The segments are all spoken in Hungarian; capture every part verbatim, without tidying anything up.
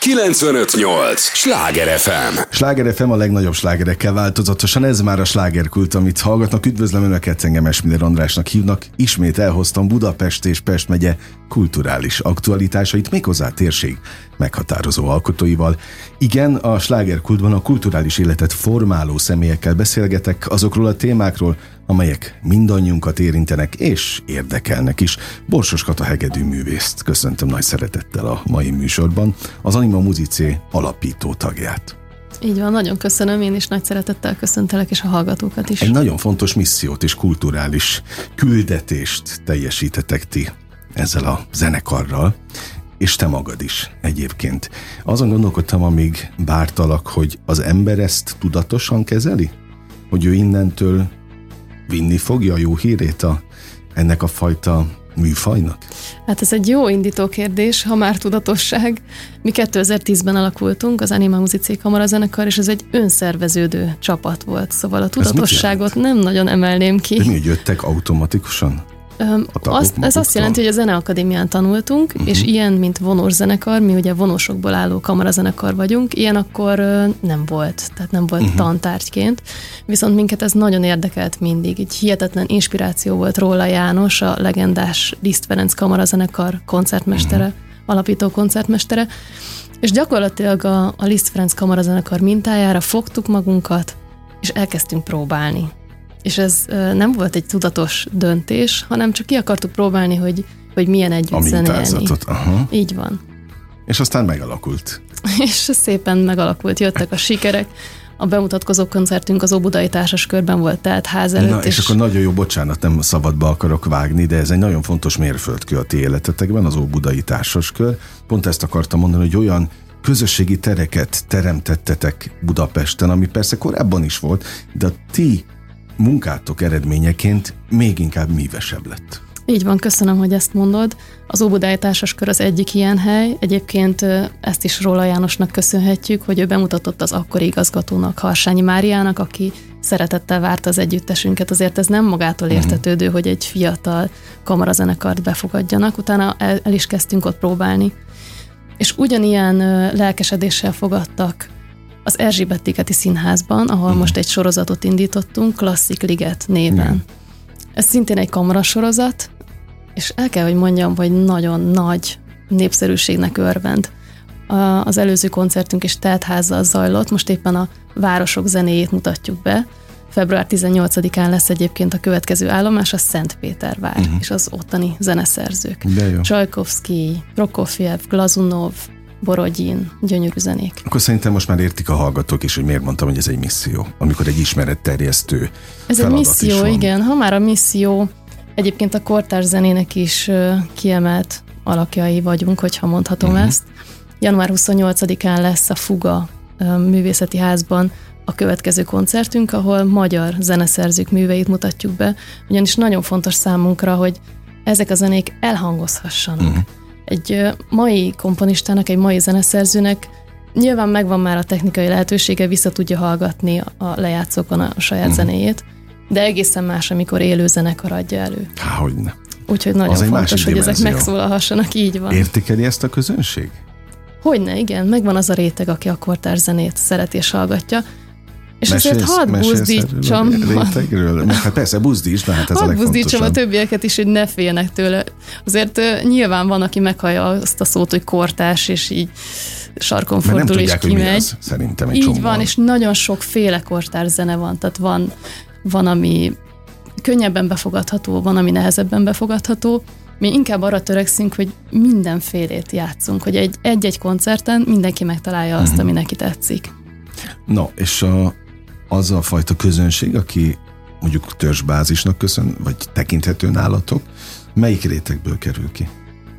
kilencvenöt nyolc Sláger ef em. Sláger ef em a legnagyobb slágerekkel változatosan, ez már a slágerkult, amit hallgatnak. Üdvözlöm Önöket, engem Esmiller Andrásnak hívnak. Ismét elhoztam Budapest és Pest megye kulturális aktualitásait, méghozzá a térség meghatározó alkotóival. Igen, a slágerkultban a kulturális életet formáló személyekkel beszélgetek azokról a témákról, amelyek mindannyiunkat érintenek és érdekelnek is. Borsos Kata hegedűművészt köszöntöm nagy szeretettel a mai műsorban, az Anima Musicé alapító tagját. Így van, nagyon köszönöm, én is nagy szeretettel köszöntelek, és a hallgatókat is. Egy nagyon fontos missziót és kulturális küldetést teljesítetek ti ezzel a zenekarral, és te magad is egyébként. Azon gondolkodtam, amíg bártalak, hogy az ember ezt tudatosan kezeli? Hogy ő innentől vinni fogja a jó hírét a, ennek a fajta műfajnak? Hát ez egy jó indító kérdés, ha már tudatosság. Mi kétezer-tízben alakultunk, az Anima Musicé kamarazenekar, és ez egy önszerveződő csapat volt, szóval a tudatosságot nem nagyon emelném ki. De mi, hogy jöttek automatikusan? Öm, azt, ez azt jelenti, hogy a Zeneakadémián tanultunk, uh-huh. és ilyen, mint vonós zenekar, mi ugye vonósokból álló kamarazenekar vagyunk, ilyen akkor ö, nem volt, tehát nem volt uh-huh. tantárgyként, viszont minket ez nagyon érdekelt mindig, egy hihetetlen inspiráció volt Róla János, a legendás Liszt Ferenc kamarazenekar koncertmestere, uh-huh. alapító koncertmestere, és gyakorlatilag a, a Liszt Ferenc kamarazenekar mintájára fogtuk magunkat, és elkezdtünk próbálni. És ez nem volt egy tudatos döntés, hanem csak ki akartuk próbálni, hogy, hogy milyen együtt zenélni. Aha. Így van. És aztán megalakult. És szépen megalakult, jöttek a sikerek. A bemutatkozó koncertünk az Óbudai Társaskörben volt, tehát ház előtt. Na, és, és akkor nagyon jó, bocsánat, nem szabadba akarok vágni, de ez egy nagyon fontos mérföldkő a ti életetekben, az Óbudai Társaskör. Pont ezt akartam mondani, hogy olyan közösségi tereket teremtettetek Budapesten, ami persze korábban is volt, de a ti munkátok eredményeként még inkább mívesebb lett. Így van, köszönöm, hogy ezt mondod. Az Óbudai Társaskör az egyik ilyen hely. Egyébként ezt is Róla Jánosnak köszönhetjük, hogy ő bemutatott az akkori igazgatónak, Harsányi Máriának, aki szeretettel várta az együttesünket. Azért ez nem magától értetődő, uh-huh. hogy egy fiatal kamarazenekart befogadjanak. Utána el, el is kezdtünk ott próbálni. És ugyanilyen lelkesedéssel fogadtak az Erzsébet-ligeti Színházban, ahol mm. most egy sorozatot indítottunk, Klasszik Liget néven. Mm. Ez szintén egy kamarasorozat, és el kell, hogy mondjam, hogy nagyon nagy népszerűségnek örvend. Az előző koncertünk is teltházzal zajlott, most éppen a városok zenéjét mutatjuk be. február tizennyolcadikán lesz egyébként a következő állomás, a Szentpétervár, mm. és az ottani zeneszerzők. Csajkovszky, Prokofjev, Glazunov, Borodyin, gyönyörű zenék. Akkor szerintem most már értik a hallgatók is, hogy miért mondtam, hogy ez egy misszió, amikor egy ismeretterjesztő Ez egy misszió, igen. Ha már a misszió, egyébként a kortárs zenének is kiemelt alakjai vagyunk, hogyha mondhatom uh-huh. ezt. január huszonnyolcadikán lesz a Fuga művészeti házban a következő koncertünk, ahol magyar zeneszerzők műveit mutatjuk be, ugyanis nagyon fontos számunkra, hogy ezek a zenék elhangozhassanak. Uh-huh. Egy mai komponistának, egy mai zeneszerzőnek nyilván megvan már a technikai lehetősége, vissza tudja hallgatni a lejátszókon a saját uh-huh. zenéjét, de egészen más, amikor élő zenekar adja elő. Há, hogyne. Úgyhogy nagyon az fontos, hogy ezek megszólalhassanak, így van. Értékeli ezt a közönség? Hogyne, igen, megvan az a réteg, aki a kortárs zenét szereti és hallgatja. És mesélsz, azért hadd buzdítsam. Rétegről? Hát persze, buzdíts, de hát ez hadd a legfontosabb. buzdítsam a többieket is, hogy ne féljenek tőle. Azért uh, nyilván van, aki meghallja azt a szót, hogy kortárs, és így sarkon fordul, és tudják, kimegy. Hogy mi az, szerintem egy így csomóan. van, és nagyon sokféle kortárs zene van. Tehát van, van, ami könnyebben befogadható, van, ami nehezebben befogadható. Mi inkább arra törekszünk, hogy mindenfélét játszunk, hogy egy, egy-egy koncerten mindenki megtalálja azt, uh-huh. ami neki tetszik. No, és a az a fajta közönség, aki mondjuk törzsbázisnak köszön, vagy tekinthető nálatok, melyik rétegből kerül ki?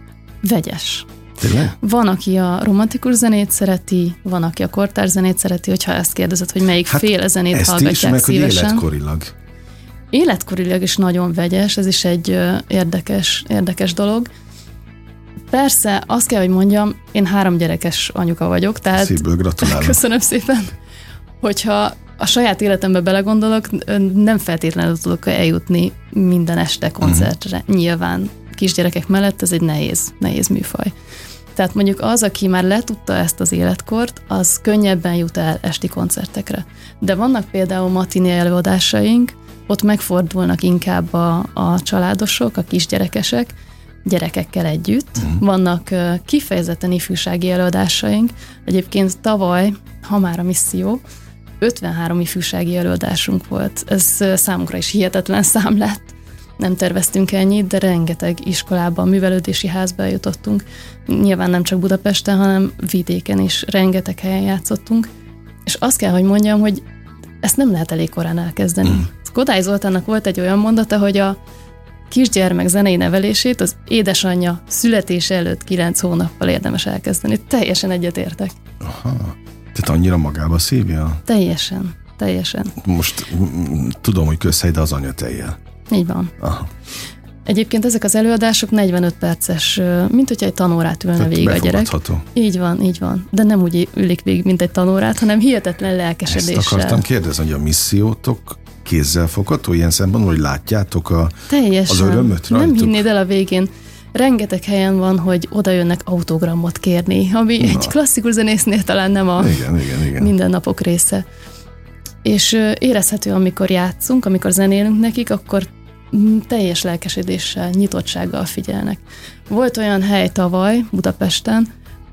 Vegyes. Tényleg? Van, aki a romantikus zenét szereti, van, aki a kortárs zenét szereti, hogyha ezt kérdezed, hogy melyik hát féle zenét hallgatják is, meg, szívesen. Hogy életkorilag. Életkorilag is nagyon vegyes, ez is egy ö, érdekes, érdekes dolog. Persze, azt kell, hogy mondjam, én három gyerekes anyuka vagyok, tehát... Szívből gratulálok. Köszönöm szépen. Hogyha a saját életembe belegondolok, nem feltétlenül tudok eljutni minden este koncertre. Uh-huh. Nyilván kisgyerekek mellett ez egy nehéz, nehéz műfaj. Tehát mondjuk az, aki már letudta ezt az életkort, az könnyebben jut el esti koncertekre. De vannak például matiné előadásaink, ott megfordulnak inkább a, a családosok, a kisgyerekesek, gyerekekkel együtt. Mm. Vannak uh, kifejezetten ifjúsági előadásaink. Egyébként tavaly, ha már a misszió, ötvenhárom ifjúsági előadásunk volt. Ez uh, számunkra is hihetetlen szám lett. Nem terveztünk ennyit, de rengeteg iskolában, művelődési házba eljutottunk. Nyilván nem csak Budapesten, hanem vidéken is rengeteg helyen játszottunk. És azt kell, hogy mondjam, hogy ezt nem lehet elég korán elkezdeni. Mm. Kodály Zoltánnak volt egy olyan mondata, hogy a kisgyermek zenei nevelését az édesanyja születése előtt kilenc hónappal érdemes elkezdeni. Teljesen egyetértek. Aha, tehát annyira magába szívja? Teljesen, teljesen. Most m- tudom, hogy közhely, de az anyatejjel. Így van. Aha. Egyébként ezek az előadások negyvenöt perces, mint hogyha egy tanórát ülne tehát végig a gyerek. Így van, így van. De nem úgy ülik végig, mint egy tanórát, hanem hihetetlen lelkesedéssel. Ezt akartam kérdezni, hogy a missziótok kézzelfogható ilyen szempontból, hogy látjátok a, az örömöt rajtuk? Nem hinnéd el a végén. Rengeteg helyen van, hogy oda jönnek autogramot kérni, ami Na. egy klasszikus zenésznél talán nem a igen, igen, igen. mindennapok része. És érezhető, amikor játszunk, amikor zenélünk nekik, akkor teljes lelkesedéssel, nyitottsággal figyelnek. Volt olyan hely tavaly Budapesten,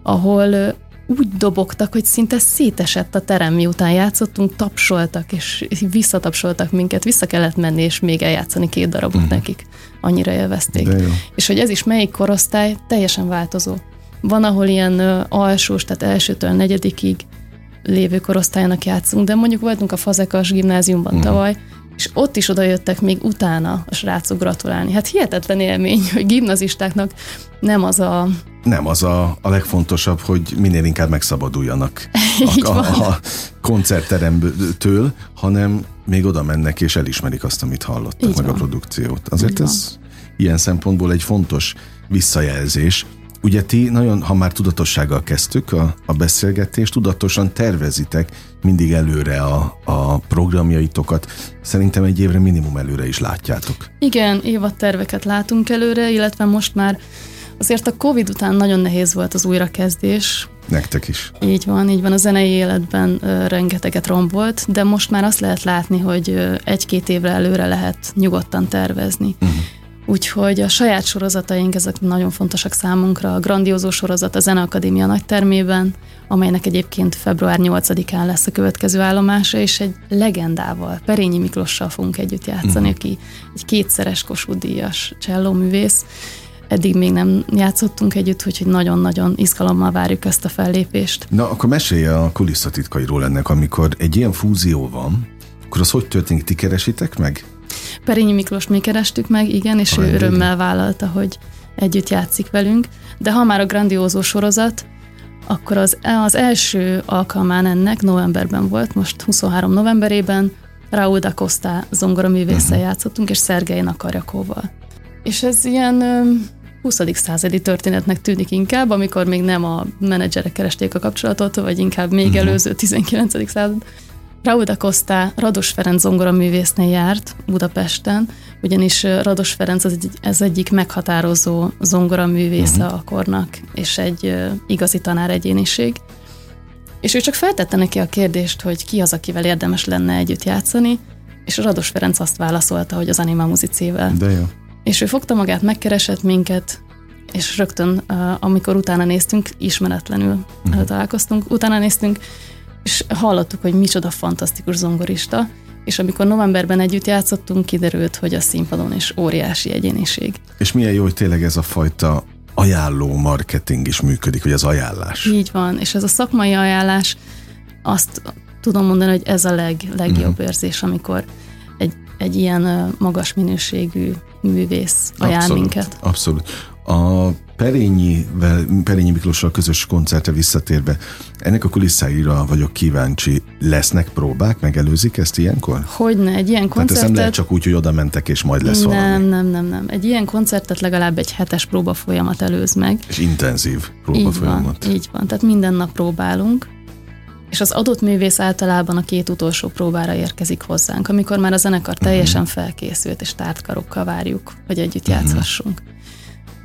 ahol úgy dobogtak, hogy szinte szétesett a terem, miután játszottunk, tapsoltak, és visszatapsoltak minket, vissza kellett menni, és még eljátszani két darabot uh-huh. nekik. Annyira élvezték. És hogy ez is melyik korosztály, teljesen változó. Van, ahol ilyen uh, alsós, tehát elsőtől negyedikig lévő korosztálynak játszunk, de mondjuk voltunk a Fazekas gimnáziumban uh-huh. tavaly, és ott is odajöttek még utána a srácok gratulálni. Hát hihetetlen élmény, hogy gimnazistáknak nem az a... Nem az a, a legfontosabb, hogy minél inkább megszabaduljanak a, a, a koncertteremtől, hanem még oda mennek és elismerik azt, amit hallottak, Így meg van. A produkciót. Azért Így ez van. Ilyen szempontból egy fontos visszajelzés. Ugye ti nagyon, ha már tudatossággal kezdtük a, a beszélgetést, tudatosan tervezitek mindig előre a, a programjaitokat. Szerintem egy évre minimum előre is látjátok. Igen, évadterveket látunk előre, illetve most már azért a Covid után nagyon nehéz volt az újrakezdés. Nektek is. Így van, így van. A zenei életben ö, rengeteget rombolt, de most már azt lehet látni, hogy ö, egy-két évre előre lehet nyugodtan tervezni. Uh-huh. Úgyhogy a saját sorozataink, ezek nagyon fontosak számunkra. A grandiózó sorozat a Zeneakadémia nagytermében, amelynek egyébként február nyolcadikán lesz a következő állomása, és egy legendával, Perényi Miklossal fogunk együtt játszani, uh-huh. aki egy kétszeres Kossuth-díjas csellóművész. Eddig még nem játszottunk együtt, úgyhogy nagyon-nagyon izgalommal várjuk ezt a fellépést. Na, akkor mesélj a kulisszatitkairól ennek, amikor egy ilyen fúzió van, akkor az hogy történik? Ti keresitek meg? Perényi Miklós mi kerestük meg, igen, és Aj, ő örömmel vállalta, hogy együtt játszik velünk. De ha már a grandiózó sorozat, akkor az, az első alkalmán ennek novemberben volt, most huszonhárom novemberében Raúl da Costa zongoraművésszel uh-huh. játszottunk, és Szergej Nakarjakóval. És ez ilyen huszadik századi történetnek tűnik inkább, amikor még nem a menedzserek keresték a kapcsolatot, vagy inkább még uh-huh. előző tizenkilencedik század. Raúl da Costa Rados Ferenc zongoraművésznél járt Budapesten, ugyanis Rados Ferenc az egy, ez egyik meghatározó zongoraművésze uh-huh. a kornak, és egy uh, igazi tanáregyéniség. És ő csak feltette neki a kérdést, hogy ki az, akivel érdemes lenne együtt játszani, és Rados Ferenc azt válaszolta, hogy az Anima Musicével. De jó. És ő fogta magát, megkeresett minket, és rögtön, uh, amikor utána néztünk, ismeretlenül uh-huh. találkoztunk, utána néztünk, és hallottuk, hogy micsoda fantasztikus zongorista, és amikor novemberben együtt játszottunk, kiderült, hogy a színpadon is óriási egyéniség. És milyen jó, hogy tényleg ez a fajta ajánló marketing is működik, hogy az ajánlás. Így van, és ez a szakmai ajánlás, azt tudom mondani, hogy ez a leg, legjobb uh-huh. érzés, amikor egy, egy ilyen magas minőségű művész ajánl abszolút, minket. Abszolút. A Perényivel, Perényi Miklossal közös koncertre visszatérve, ennek a kulisszáira vagyok kíváncsi. Lesznek próbák? Megelőzik ezt ilyenkor? Hogyne, egy ilyen koncertet... Tehát ez nem lehet csak úgy, hogy oda mentek és majd lesz nem, valami. Nem, nem, nem, nem. Egy ilyen koncertet legalább egy hetes próba folyamat előz meg. És intenzív próba így folyamat. Van, így van, tehát minden nap próbálunk, és az adott művész általában a két utolsó próbára érkezik hozzánk, amikor már a zenekar teljesen uh-huh. felkészült, és tártkarokkal várjuk, hogy együtt uh-huh. játszhassunk.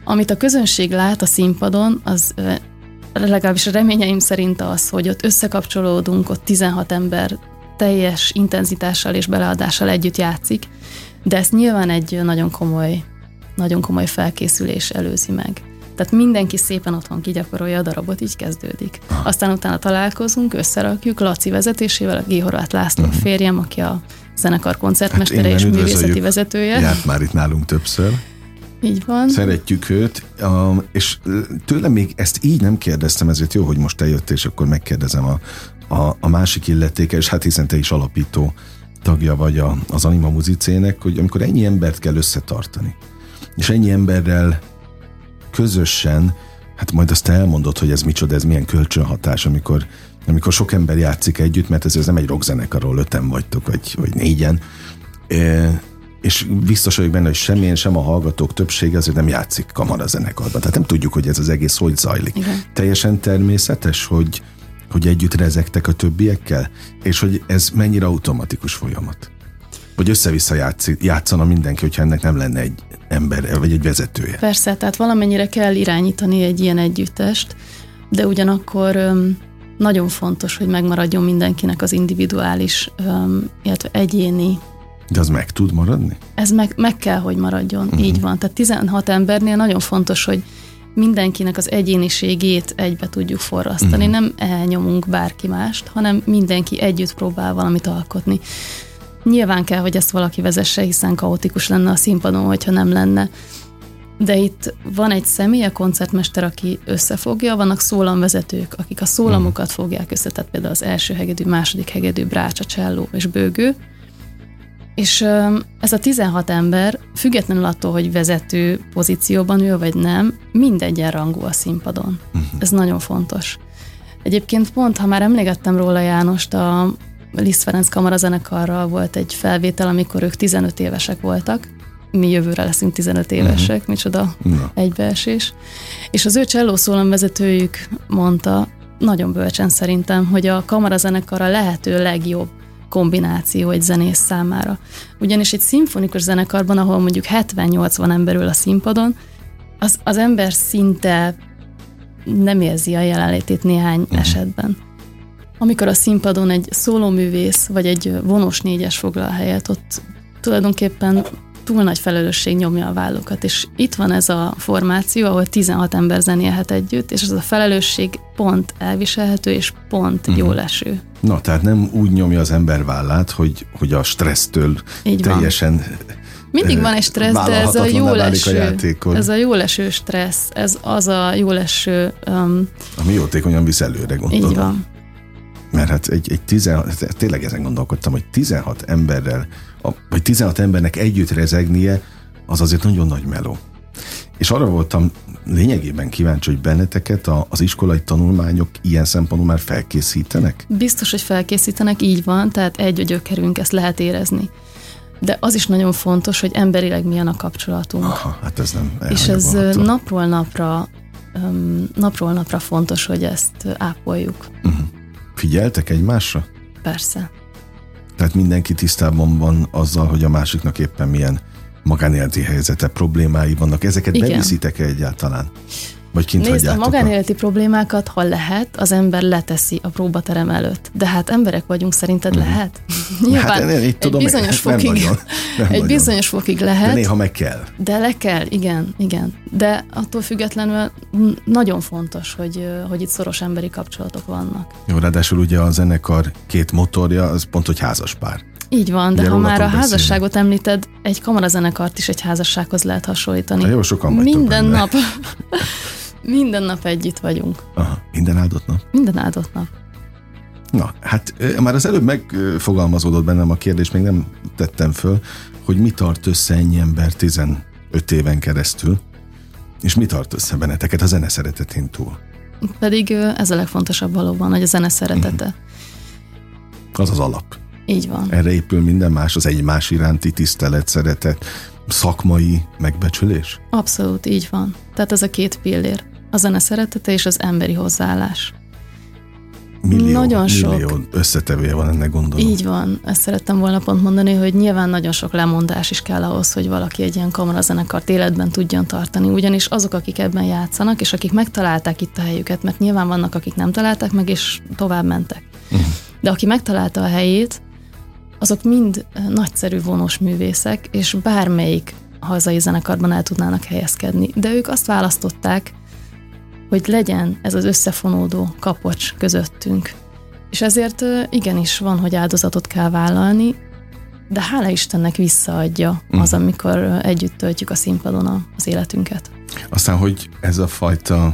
Amit a közönség lát a színpadon, az legalábbis a reményeim szerint az, hogy ott összekapcsolódunk, ott tizenhat ember teljes intenzitással és beleadással együtt játszik, de ezt nyilván egy nagyon komoly, nagyon komoly felkészülés előzi meg. Tehát mindenki szépen otthon kigyakorolja a darabot, így kezdődik. Aztán utána találkozunk, összerakjuk Laci vezetésével, a G. Horváth László uh-huh. férjem, aki a zenekar koncertmestere hát és művészeti vezetője. Járt már itt nálunk többször. Így van. Szeretjük őt, és tőlem még ezt így nem kérdeztem, ezért jó, hogy most eljött, és akkor megkérdezem a, a, a másik illetékes, hát hiszen te is alapító tagja vagy a, az Anima Musicének, hogy amikor ennyi embert kell összetartani, és ennyi emberrel közösen, hát majd azt elmondod, hogy ez micsoda, ez milyen kölcsönhatás, amikor, amikor sok ember játszik együtt, mert ez, ez nem egy rockzenekarról, öten vagytok, vagy, vagy négyen, e, és biztos vagyok benne, hogy semmilyen, sem a hallgatók többsége azért nem játszik kamarazenekarban. Tehát nem tudjuk, hogy ez az egész hogy zajlik. Igen. Teljesen természetes, hogy, hogy együtt rezegtek a többiekkel, és hogy ez mennyire automatikus folyamat. Vagy össze-vissza játszik, játszana mindenki, hogyha ennek nem lenne egy ember, vagy egy vezetője. Persze, tehát valamennyire kell irányítani egy ilyen együttest, de ugyanakkor öm, nagyon fontos, hogy megmaradjon mindenkinek az individuális, öm, illetve egyéni. De az meg tud maradni? Ez meg, meg kell, hogy maradjon, uh-huh. így van. Tehát tizenhat embernél nagyon fontos, hogy mindenkinek az egyéniségét egybe tudjuk forrasztani, uh-huh. nem elnyomunk bárki mást, hanem mindenki együtt próbál valamit alkotni. Nyilván kell, hogy ezt valaki vezesse, hiszen kaotikus lenne a színpadon, hogyha nem lenne. De itt van egy személy, a koncertmester, aki összefogja, vannak szólamvezetők, akik a szólamokat fogják össze, tehát például az első hegedű, második hegedű, brácsa, cselló és bőgő. És ez a tizenhat ember, függetlenül attól, hogy vezető pozícióban ül, vagy nem, mindegyenrangú a színpadon. Uh-huh. Ez nagyon fontos. Egyébként pont, ha már emlékeztem róla Jánost, a Liszt Ferenc kamarazenekarral volt egy felvétel, amikor ők tizenöt évesek voltak, mi jövőre leszünk tizenöt évesek, uh-huh. micsoda no. egybeesés. És az ő cselló szólamvezetőjük mondta, nagyon bölcsen szerintem, hogy a kamarazenekar a lehető legjobb kombináció egy zenész számára. Ugyanis egy szimfonikus zenekarban, ahol mondjuk hetven-nyolcvan ember ül a színpadon, az, az ember szinte nem érzi a jelenlétét néhány uh-huh. esetben. Amikor a színpadon egy szólóművész vagy egy vonós négyes foglal helyet, ott tulajdonképpen túl nagy felelősség nyomja a vállukat, és itt van ez a formáció, ahol tizenhat ember zenélhet együtt, és ez a felelősség pont elviselhető, és pont uh-huh. jól eső. Na, tehát nem úgy nyomja az ember vállát, hogy, hogy a stressztől így teljesen... Van. Mindig van egy stressz, de ez a jól eső, ez a jól eső stressz, ez az a jól eső... Um, Ami jótékonyan visz előre, gondolom. Így van. Mert hát egy, egy tizenhat, tényleg ezen gondolkodtam, hogy tizenhat emberrel, vagy tizenhat embernek együtt rezegnie, az azért nagyon nagy meló. És arra voltam lényegében kíváncsi, hogy benneteket az iskolai tanulmányok ilyen szempontból már felkészítenek? Biztos, hogy felkészítenek, így van, tehát egy a gyökerünk, ezt lehet érezni. De az is nagyon fontos, hogy emberileg milyen a kapcsolatunk. Aha, hát ez nem És ez napról napra, napról napra fontos, hogy ezt ápoljuk. Uh-huh. Figyeltek egymásra? Persze. Tehát mindenki tisztában van azzal, hogy a másiknak éppen milyen magánéleti helyzete, problémái vannak. Ezeket igen. beviszitek-e egyáltalán? Vagy kint Nézd, hagyjátok? a magánéleti a... problémákat, ha lehet, az ember leteszi a próbaterem előtt. De hát emberek vagyunk, szerinted mm. lehet? Nyilván hát, én, én, tudom, egy bizonyos nem fokig, nagyon, nem egy nagyon. bizonyos fokig lehet. De néha meg kell. De le kell, igen, igen. De attól függetlenül nagyon fontos, hogy, hogy itt szoros emberi kapcsolatok vannak. Jó, ráadásul ugye a zenekar két motorja, az pont, hogy házaspár. Így van, de ugye ha már a házasságot beszélni. Említed, egy kamarazenekart is egy házassághoz lehet hasonlítani. Ha jó, sokan Minden benne. nap... Minden nap együtt vagyunk. Aha, minden áldott nap? Minden áldott nap. Na, hát már az előbb megfogalmazódott bennem a kérdés, még nem tettem föl, hogy mi tart össze ennyi ember tizenöt éven keresztül, és mi tart össze benneteket a zene szeretetén túl? Pedig ez a legfontosabb valóban, hogy a zene szeretete. Mm. Az az alap. Így van. Erre épül minden más, az egymás iránti tisztelet, szeretet, szakmai megbecsülés? Abszolút, így van. Tehát ez a két pillér. A zene szeretete és az emberi hozzáállás. millió, nagyon sok. millió összetevője van ennek, gondolom. Így van. Ezt szerettem volna pont mondani, hogy nyilván nagyon sok lemondás is kell ahhoz, hogy valaki egy ilyen kamarazenekart életben tudjon tartani. Ugyanis azok, akik ebben játszanak, és akik megtalálták itt a helyüket, mert nyilván vannak, akik nem találták meg, és tovább mentek. Uh-huh. De aki megtalálta a helyét, azok mind nagyszerű vonós művészek, és bármelyik hazai zenekarban el tudnának helyezkedni. De ők azt választották, hogy legyen ez az összefonódó kapocs közöttünk. És ezért igenis van, hogy áldozatot kell vállalni, de hála Istennek visszaadja az, amikor együtt töltjük a színpadon az életünket. Aztán, hogy ez a fajta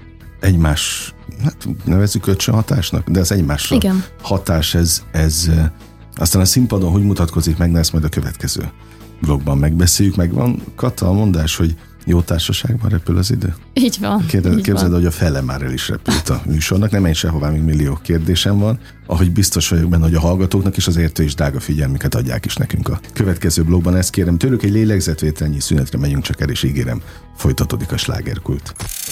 egymás, hát nevezzük kölcsönhatásnak, de ez egymásra Igen. hatás, ez, ez aztán a színpadon hogy mutatkozik meg, de ezt majd a következő blogban megbeszéljük. Meg van, Kata, a mondás, hogy jó társaságban repül az idő? Így van. Kérdez, így képzeld, van. hogy a fele már el is repült a műsornak, nem menj sehová, még millió kérdésem van, ahogy biztos vagyok benne, hogy a hallgatóknak is az értő és drága figyelmüket adják is nekünk a következő blogban. Ezt kérem tőlük, egy lélegzetvételnyi szünetre megyünk csak el, és ígérem, folytatódik a slágerkult.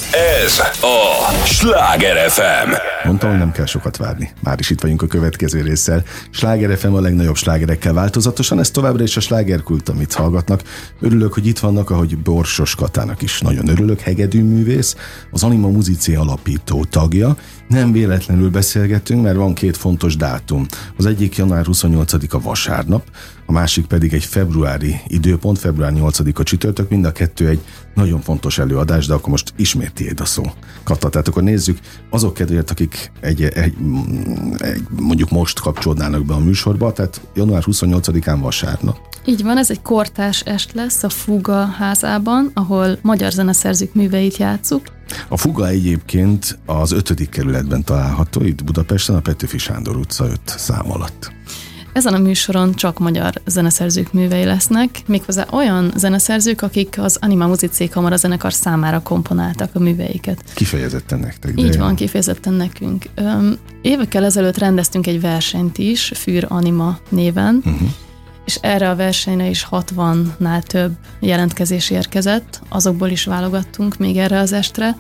Ez a Sláger ef em. Mondtam, hogy nem kell sokat várni. Már is itt vagyunk a következő résszel. Sláger ef em a legnagyobb slágerekkel változatosan, ez továbbra is a slágerkult, amit hallgatnak. Örülök, hogy itt vannak, ahogy Borsos Katának is nagyon örülök, hegedűművész, az Anima Musicae alapító tagja. Nem véletlenül beszélgetünk, mert van két fontos dátum. Az egyik január huszonnyolcadika vasárnap, a másik pedig egy februári időpont, február nyolcadika csütörtök, mind a kettő egy nagyon fontos előadás, de akkor most ismét tiéd a szó. Kata, tehát akkor nézzük azok kedvéért, akik egy, egy, egy, mondjuk most kapcsolódnának be a műsorba, tehát január huszonnyolcadikán vasárnap. Így van, ez egy kortárs est lesz a Fuga házában, ahol magyar zeneszerzők műveit játsszuk. A Fuga egyébként az ötödik kerületben található, itt Budapesten, a Petőfi Sándor utca öt szám alatt. Ezen a műsoron csak magyar zeneszerzők művei lesznek, méghozzá olyan zeneszerzők, akik az Anima Musicae kamarazenekar számára komponáltak a műveiket. Kifejezetten nektek. Így van, kifejezetten nekünk. Öm, évekkel ezelőtt rendeztünk egy versenyt is, Fűr Anima néven, uh-huh. és erre a versenyre is hatvannál több jelentkezés érkezett, azokból is válogattunk még erre az estre.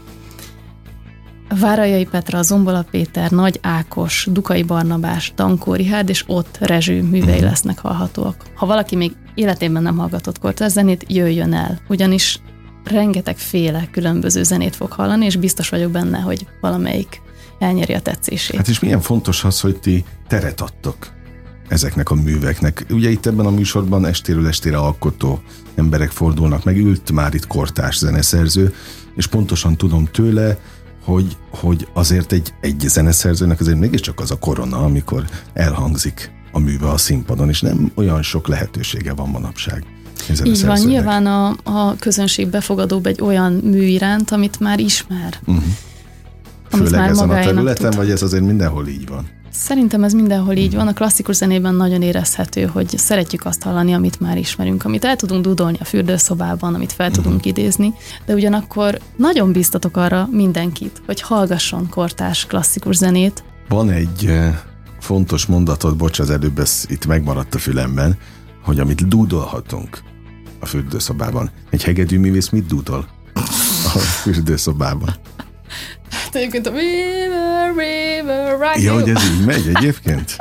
Várajai Petra, Zombola Péter, Nagy Ákos, Dukai Barnabás, Dankó Rihárd és Ott Rezső művei uh-huh. lesznek hallhatóak. Ha valaki még életében nem hallgatott kortárs zenét, jöjjön el, ugyanis rengeteg féle különböző zenét fog hallani, és biztos vagyok benne, hogy valamelyik elnyeri a tetszését. Hát és milyen fontos az, hogy ti teret adtok ezeknek a műveknek. Ugye itt ebben a műsorban estéről estére alkotó emberek fordulnak meg, ült már itt kortárs zeneszerző, és pontosan tudom tőle, hogy, hogy azért egy, egy zeneszerzőnek azért mégiscsak az a korona, amikor elhangzik a műve a színpadon, és nem olyan sok lehetősége van manapság. Így van, nyilván a, a közönség befogadóbb egy olyan mű iránt, amit már ismer. Uh-huh. Főleg már ezen a területen, tud. Vagy ez azért mindenhol így van? Szerintem ez mindenhol így van. A klasszikus zenében nagyon érezhető, hogy szeretjük azt hallani, amit már ismerünk, amit el tudunk dudolni a fürdőszobában, amit fel tudunk uh-huh. idézni, de ugyanakkor nagyon bíztatok arra mindenkit, hogy hallgasson kortárs klasszikus zenét. Van egy fontos mondatod, bocs, az előbb ez itt megmaradt a fülemben, hogy amit dúdolhatunk a fürdőszobában. Egy hegedűművész mit dúdol a fürdőszobában? Hát egyébként a river, river, rock. Ja, hogy ez így megy egyébként?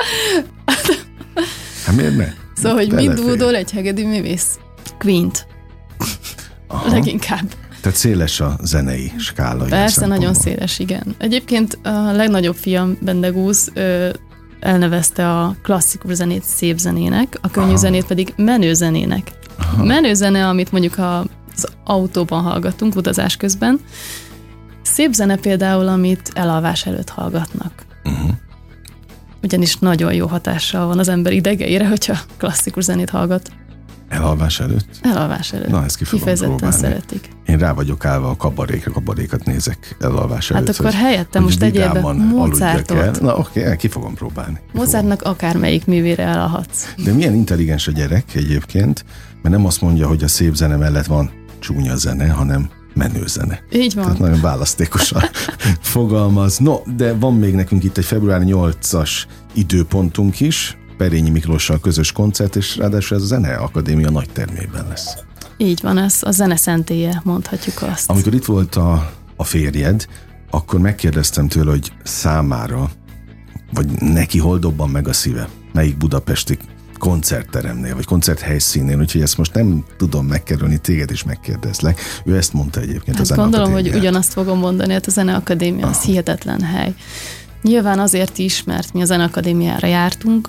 Hát miért ne? Szóval, hogy mit dúdol egy hegedűművész? Queen-t. Leginkább. Tehát széles a zenei skála. Persze, nagyon széles, igen. Egyébként a legnagyobb fiam, Bendegúz, elnevezte a klasszikus zenét szép zenének, a könnyű Aha. zenét pedig menő zenének. Aha. Menő zene, amit mondjuk az autóban hallgatunk utazás közben, szép zene például, amit elalvás előtt hallgatnak. Uh-huh. Ugyanis nagyon jó hatással van az ember idegeire, hogyha klasszikus zenét hallgat. Elalvás előtt? Elalvás előtt. Na, ezt ki fogom Kifejezetten próbálni. Szeretik. Én rá vagyok állva a kabarékra, kabarékat nézek elalvás előtt. Hát akkor helyette most tegyél be Mozartot. Na oké, okay, ki fogom próbálni. Ki Mozartnak fogom. Akármelyik művére elalhatsz. De milyen intelligens a gyerek egyébként, mert nem azt mondja, hogy a szép zene mellett van csúnya zene, hanem menő zene. Így van. Tehát nagyon választékosan fogalmaz. No, de van még nekünk itt egy február nyolcas időpontunk is, Perényi Miklóssal közös koncert, és ráadásul ez a Zene Akadémia nagy termében lesz. Így van, ez a zene szentélye, mondhatjuk azt. Amikor itt volt a, a férjed, akkor megkérdeztem tőle, hogy számára vagy neki hol dobban meg a szíve? Melyik budapesti koncertteremnél, vagy koncerthelyszínnél, úgyhogy ezt most nem tudom megkerülni, téged is megkérdezlek. Ő ezt mondta egyébként hát a gondolom, hogy ugyanazt fogom mondani, hát a Zeneakadémia az hihetetlen hely. Nyilván azért is, mert mi a Zeneakadémiára jártunk.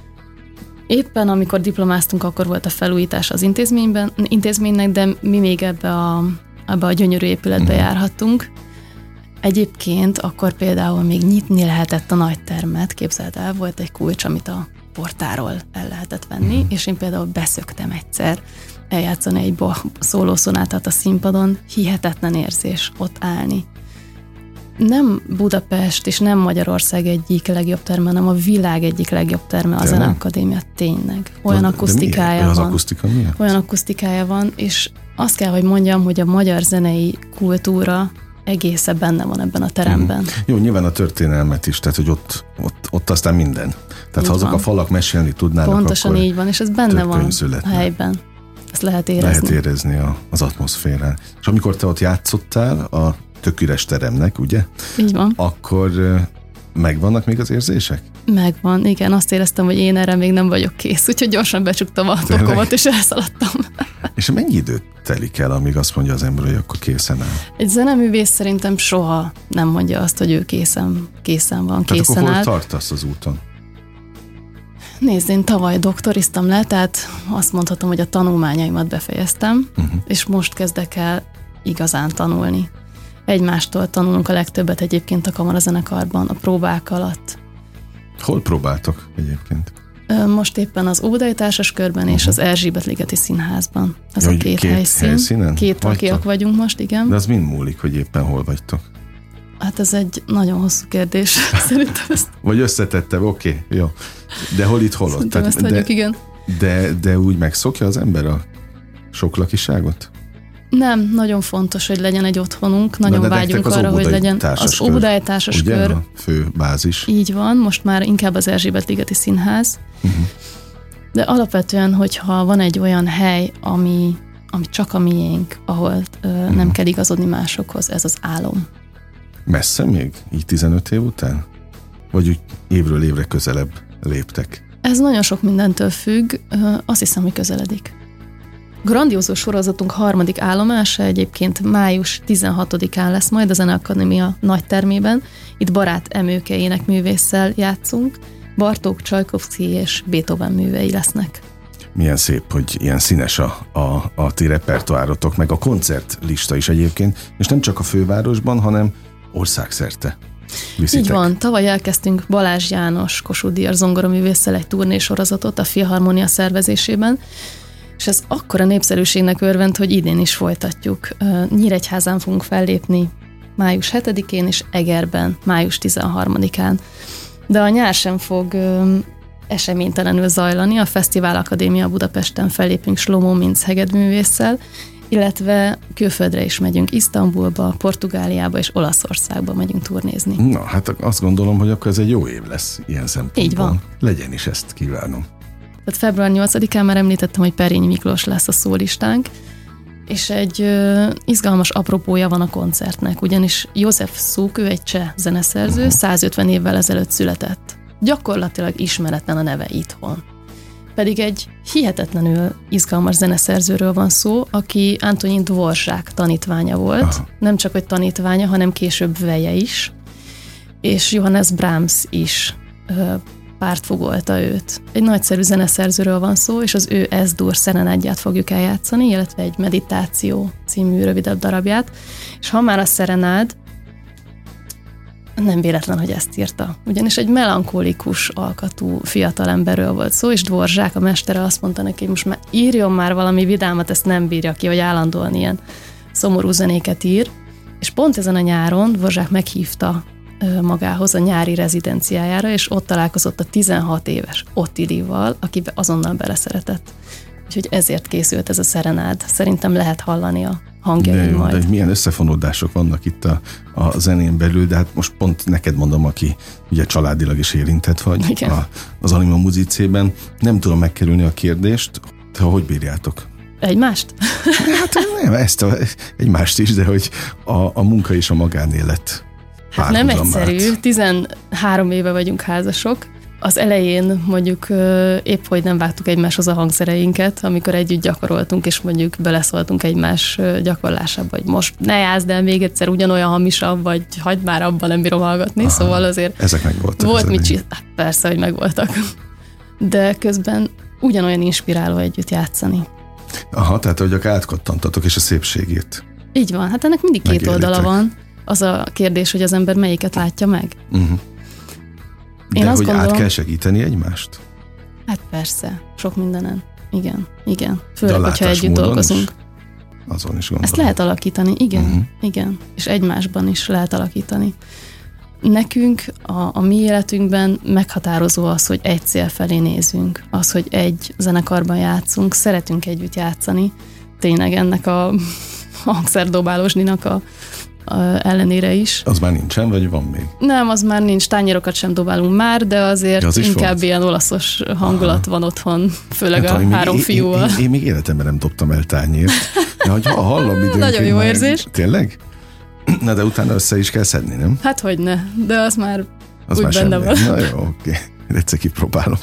Éppen amikor diplomáztunk, akkor volt a felújítás az intézményben, intézménynek, de mi még ebbe a, ebbe a gyönyörű épületbe uh-huh. járhattunk. Egyébként akkor például még nyitni lehetett a nagy termet, képzeld el, volt egy kulcs, amit a portáról el lehetett venni, uh-huh. és én például beszöktem egyszer eljátszani egy Bach szólószonátát a színpadon, hihetetlen érzés ott állni. Nem Budapest és nem Magyarország egyik legjobb terme, hanem a világ egyik legjobb terme a Zeneakadémia, tényleg. Olyan akusztikája van. Az akusztika miért? Olyan akusztikája van, és azt kell, hogy mondjam, hogy a magyar zenei kultúra egészen benne van ebben a teremben. Mm. Jó, nyilván a történelmet is, tehát hogy ott, ott, ott aztán minden. Tehát így ha azok van. A falak mesélni tudnának, pontosan így van, és ez benne van a helyben. Ezt lehet érezni. Lehet érezni a, az atmoszférán. És amikor te ott játszottál a tök üres teremnek, ugye? Így van. Akkor megvannak még az érzések? Megvan, igen. Azt éreztem, hogy én erre még nem vagyok kész, úgyhogy gyorsan becsuktam a tokomat, és elszaladtam. És mennyi időt telik el, amíg azt mondja az ember, hogy akkor készen áll? Egy zeneművész szerintem soha nem mondja azt, hogy ő készen, készen van, tehát készen áll. áll. Akkor hol tartasz az úton? Nézd, én tavaly doktoriztam le, tehát azt mondhatom, hogy a tanulmányaimat befejeztem, uh-huh. és most kezdek el igazán tanulni. Egymástól tanulunk a legtöbbet egyébként a kamarazenekarban, a próbák alatt. Hol próbáltok egyébként? Most éppen az Óvodai Társas Körben uh-huh. és az Erzsébet-ligeti Színházban. Ez ja, a két, két helyszín. Helyszínen? Két takiak vagyunk most, igen. De az mind múlik, hogy éppen hol vagytok? Hát ez egy nagyon hosszú kérdés. Szerintem ezt... Vagy összetettem, oké, okay, jó. De hol itt, hol ott? Szerintem ezt vagyunk, igen. De, de úgy megszokja az ember a sok lakiságot? Nem, nagyon fontos, hogy legyen egy otthonunk, nagyon vágyunk arra, hogy legyen az Óvodai Társas Kör. Ugye, a fő bázis. Így van, most már inkább az Erzsébet-ligeti Színház. Uh-huh. De alapvetően, hogyha van egy olyan hely, ami, ami csak a miénk, ahol uh, uh-huh. nem kell igazodni másokhoz, ez az álom. Messze még? Így tizenöt év után? Vagy úgy évről évre közelebb léptek? Ez nagyon sok mindentől függ, uh, azt hiszem, hogy közeledik. Grandiózus sorozatunk harmadik állomása egyébként május tizenhatodikán lesz majd a Zeneakadémia nagytermében. Itt Barát Emőke énekművésszel játszunk, Bartók, Csajkovszky és Beethoven művei lesznek. Milyen szép, hogy ilyen színes a, a, a ti repertoárotok, meg a koncertlista is egyébként, és nem csak a fővárosban, hanem országszerte viszitek. Így van, tavaly elkezdtünk Balázs János Kossuth Díjas zongoraművésszel egy turnésorozatot a Filharmonia szervezésében, és ez akkora népszerűségnek örvend, hogy idén is folytatjuk. Nyíregyházán fogunk fellépni május hetedikén, és Egerben május tizenharmadikán. De a nyár sem fog eseménytelenül zajlani. A Fesztivál Akadémia Budapesten fellépünk Shlomo Mintz hegedűművésszel, illetve külföldre is megyünk, Isztambulba, Portugáliába és Olaszországba megyünk turnézni. Na, hát azt gondolom, hogy akkor ez egy jó év lesz ilyen szempontból. Így van. Legyen is, ezt kívánom. Tehát február nyolcadikán már említettem, hogy Perényi Miklós lesz a szólistánk, és egy ö, izgalmas apropója van a koncertnek, ugyanis József Suk, ő egy cseh zeneszerző, uh-huh. százötven évvel ezelőtt született. Gyakorlatilag ismeretlen a neve itthon. Pedig egy hihetetlenül izgalmas zeneszerzőről van szó, aki Antonin Dvorak tanítványa volt. Aha. Nem csak hogy tanítványa, hanem később veje is. És Johannes Brahms is ö, pártfogolta őt. Egy nagyszerű zeneszerzőről van szó, és az ő S-dur szerenádját fogjuk eljátszani, illetve egy meditáció című rövidebb darabját. És ha már a szerenád, nem véletlen, hogy ezt írta. Ugyanis egy melankolikus alkatú fiatalemberről volt szó, és Dvorak, a mestere azt mondta neki, hogy most már írjon már valami vidámat, ezt nem bírja ki, hogy állandóan ilyen szomorú zenéket ír. És pont ezen a nyáron Dvorak meghívta magához a nyári rezidenciájára, és ott találkozott a tizenhat éves Ottilival, akibe azonnal beleszeretett. Úgyhogy ezért készült ez a szerenád. Szerintem lehet hallani a hangjain majd. De milyen összefonódások vannak itt a, a zenén belül, de hát most pont neked mondom, aki ugye családilag is érintett vagy a, az Anima Musicében. Nem tudom megkerülni a kérdést, te hogy bírjátok? Egymást? Hát nem, ezt a, egymást is, de hogy a, a munka és a magánélet Hát nem egyszerű, tizenhárom éve vagyunk házasok. Az elején mondjuk épp, hogy nem vágtuk egymáshoz a hangszereinket, amikor együtt gyakoroltunk, és mondjuk beleszóltunk egymás gyakorlásába, hogy most ne játszd el még egyszer ugyanolyan hamisabb, vagy hagyd már abban, nem bírom hallgatni. Aha, szóval azért ezek meg voltak. Volt mit csinálni. Hát persze, hogy megvoltak. De közben ugyanolyan inspiráló együtt játszani. Aha, tehát hogy átkattantatok, és a szépségét. Így van, hát ennek mindig két oldala van. Az a kérdés, hogy az ember melyiket látja meg. Uh-huh. De Én hogy azt gondolom, át kell segíteni egymást? Hát persze, sok mindenen. Igen, igen. Főleg, hogyha együtt dolgozunk. Is? Azon is gondolom. Ezt lehet alakítani, igen, uh-huh. igen. És egymásban is lehet alakítani. Nekünk a, a mi életünkben meghatározó az, hogy egy cél felé nézünk. Az, hogy egy zenekarban játszunk, szeretünk együtt játszani. Tényleg ennek a hangszerdobálósninak a ellenére is. Az már nincsen, vagy van még? Nem, az már nincs, tányérokat sem dobálunk már, de azért az inkább volt? Ilyen olaszos hangulat Aha. van otthon, főleg hát, a három még, fiúval. Én, én, én még életemben nem dobtam el tányért. De hogy ha hallom időnként... Nagyon jó már... érzés. Tényleg? Na de utána össze is kell szedni, nem? Hát hogyne, de az már az úgy már benne van. Na jó, oké. Egyszer kipróbálom.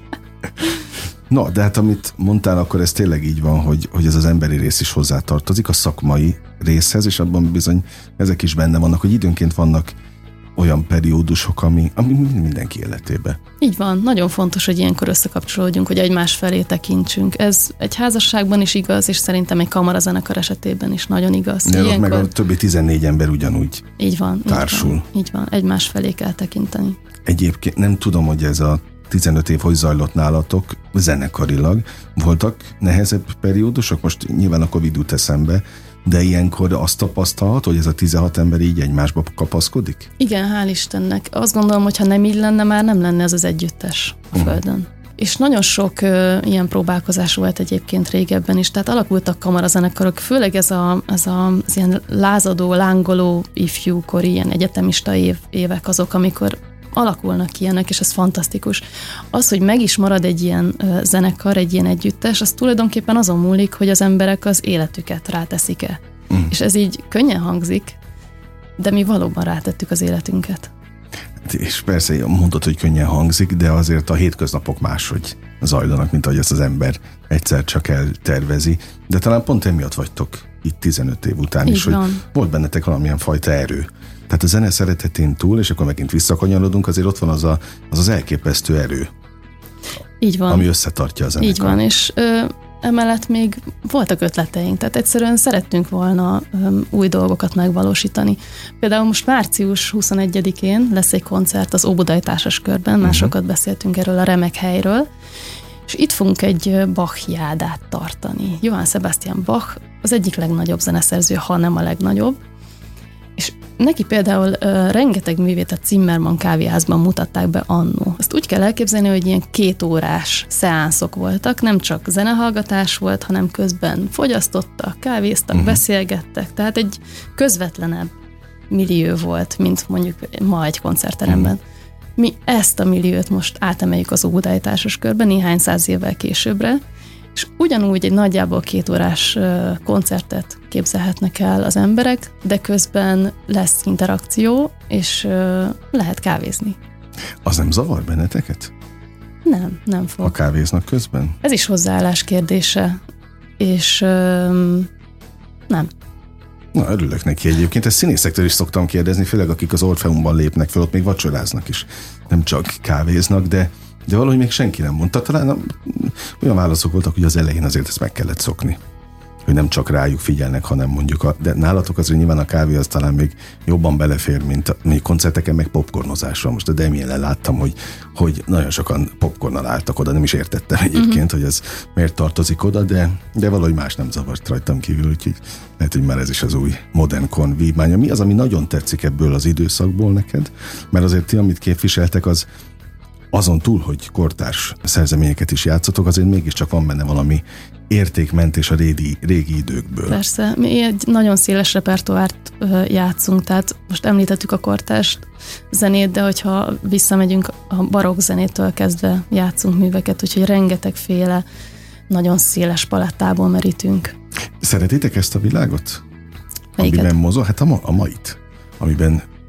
No, de hát amit mondtál, akkor ez tényleg így van, hogy, hogy ez az emberi rész is hozzátartozik a szakmai részhez, és abban bizony ezek is benne vannak, hogy időnként vannak olyan periódusok, ami, ami mindenki életében. Így van, nagyon fontos, hogy ilyenkor összekapcsolódjunk, hogy egymás felé tekintsünk. Ez egy házasságban is igaz, és szerintem egy kamarazenekar esetében is nagyon igaz. De ilyenkor... meg a többi tizennégy ember ugyanúgy így van, társul. Így van, így van, egymás felé kell tekinteni. Egyébként nem tudom, hogy ez a tizenöt év hogy zajlott nálatok zenekarilag. Voltak nehezebb periódusok? Most nyilván a Covid jut eszembe, de ilyenkor azt tapasztalhat, hogy ez a tizenhat ember így egymásba kapaszkodik? Igen, hál' Istennek. Azt gondolom, hogy ha nem így lenne, már nem lenne ez az együttes a uh-huh. Földön. És nagyon sok ö, ilyen próbálkozás volt egyébként régebben is, tehát alakultak kamarazenekarok, főleg ez a, ez a az ilyen lázadó, lángoló ifjúkori, ilyen egyetemista év, évek azok, amikor alakulnak ilyenek, és ez fantasztikus. Az, hogy meg is marad egy ilyen ö, zenekar, egy ilyen együttes, az tulajdonképpen azon múlik, hogy az emberek az életüket ráteszik-e. Mm. És ez így könnyen hangzik, de mi valóban rátettük az életünket. És persze mondod, hogy könnyen hangzik, de azért a hétköznapok máshogy zajlanak, mint ahogy ezt az ember egyszer csak eltervezi. De talán pont emiatt vagytok itt tizenöt év után így is, van. Hogy volt bennetek valamilyen fajta erő. Tehát a zene szeretetén túl, és akkor megint visszakanyarodunk, azért ott van az a, az, az elképesztő erő. Így van. Ami összetartja a zenekar. Így van, és ö, emellett még voltak ötleteink, tehát egyszerűen szerettünk volna ö, új dolgokat megvalósítani. Például most március huszonegyedikén lesz egy koncert az Óbudai Társaskörben, már uh-huh. sokat beszéltünk erről a remek helyről, és itt fogunk egy Bach jádát tartani. Johann Sebastian Bach az egyik legnagyobb zeneszerző, ha nem a legnagyobb, és neki például uh, rengeteg művét a Zimmermann kávéházban mutatták be annó. Azt úgy kell elképzelni, hogy ilyen két órás szeánszok voltak, nem csak zenehallgatás volt, hanem közben fogyasztottak, kávéztak, uh-huh. beszélgettek, tehát egy közvetlenebb millió volt, mint mondjuk ma egy koncertteremben. Uh-huh. Mi ezt a milliót most átemeljük az Óbudai Társaskörbe néhány száz évvel későbbre, és ugyanúgy egy nagyjából két órás koncertet képzelhetnek el az emberek, de közben lesz interakció, és lehet kávézni. Az nem zavar benneteket? Nem, nem fog. A kávéznak közben? Ez is hozzáállás kérdése, és um, nem. Na, örülök neki egyébként. Ezt színészektől is szoktam kérdezni, főleg akik az Orfeumban lépnek fel, ott még vacsoráznak is. Nem csak kávéznak, de De valahogy még senki nem mondta. Talán olyan válaszok voltak, hogy az elején azért ezt meg kellett szokni. Hogy nem csak rájuk figyelnek, hanem mondjuk a, de nálatok azért nyilván a kávé az talán még jobban belefér, mint a, még koncerteken, meg popcornozásra. Most a Demienlen láttam, hogy, hogy nagyon sokan popcornnal álltak oda, nem is értettem egyébként, uh-huh. hogy ez miért tartozik oda, de, de valahogy más nem zavart rajtam kívül, úgyhogy lehet, hogy már ez is az új modernkon vívmánya. Mi az, ami nagyon tetszik ebből az időszakból neked? Mert azért ti, amit képviseltek, az azon túl, hogy kortárs szerzeményeket is játszotok, azért mégiscsak van benne valami értékmentés a régi, régi időkből. Persze, mi egy nagyon széles repertoárt játszunk, tehát most említettük a kortárs zenét, de hogyha visszamegyünk a barokk zenétől kezdve játszunk műveket, úgyhogy rengetegféle nagyon széles palettából merítünk. Szeretitek ezt a világot? Melyiket? Amiben mozog? Hát a, ma, a mait, amiben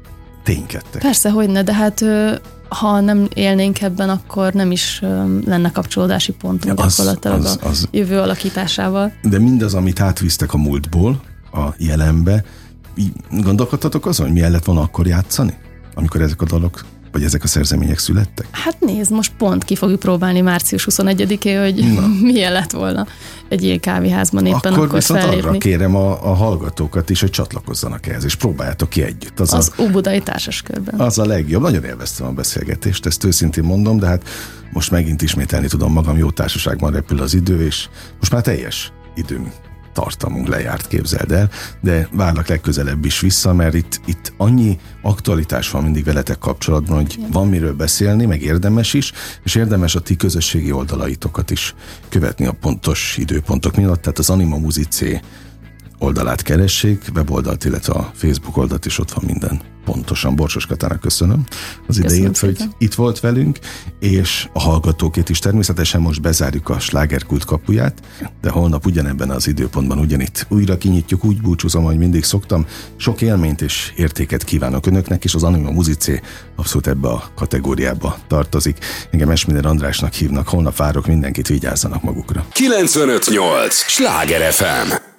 ténykedtek. Persze, hogyne, de hát ha nem élnénk ebben, akkor nem is lenne kapcsolódási pontunk az, gyakorlatilag az, az, a jövő alakításával. De mindaz, amit átvisztek a múltból a jelenbe, gondolkodtatok azon, hogy milyen lett volna akkor játszani? Amikor ezek a dalok, vagy ezek a szerzemények születtek? Hát nézd, most pont ki fogjuk próbálni március huszonegyedikén, hogy Na. milyen lett volna egy ilyen kávéházban éppen akkor, akkor viszont fellépni. Arra kérem a, a hallgatókat is, hogy csatlakozzanak ehhez, és próbáljátok ki együtt. Az, az a, Óbudai Társaskörben. Az a legjobb. Nagyon élveztem a beszélgetést, ezt őszintén mondom, de hát most megint ismételni tudom magam, jó társaságban repül az idő, és most már teljes időm tartalmunk lejárt, képzeld el, de várlak legközelebb is vissza, mert itt, itt annyi aktualitás van mindig veletek kapcsolatban, hogy Igen. van miről beszélni, meg érdemes is, és érdemes a ti közösségi oldalaitokat is követni a pontos időpontok miatt, tehát az Anima Musicé oldalát keressék, weboldalt, illetve a Facebook oldalt, és ott van minden pontosan. Borsos Katának köszönöm az idejét, hogy itt volt velünk, és a hallgatókét is természetesen. Most bezárjuk a Slágerkult kapuját, de holnap ugyanebben az időpontban ugyanitt újra kinyitjuk, úgy búcsúzom, ahogy mindig szoktam. Sok élményt és értéket kívánok önöknek, és az Anima Musicé abszolút ebbe a kategóriába tartozik. Engem Esmiller Andrásnak hívnak, holnap várok mindenkit, vigyázzanak magukra. kilencvenöt nyolc Sláger ef em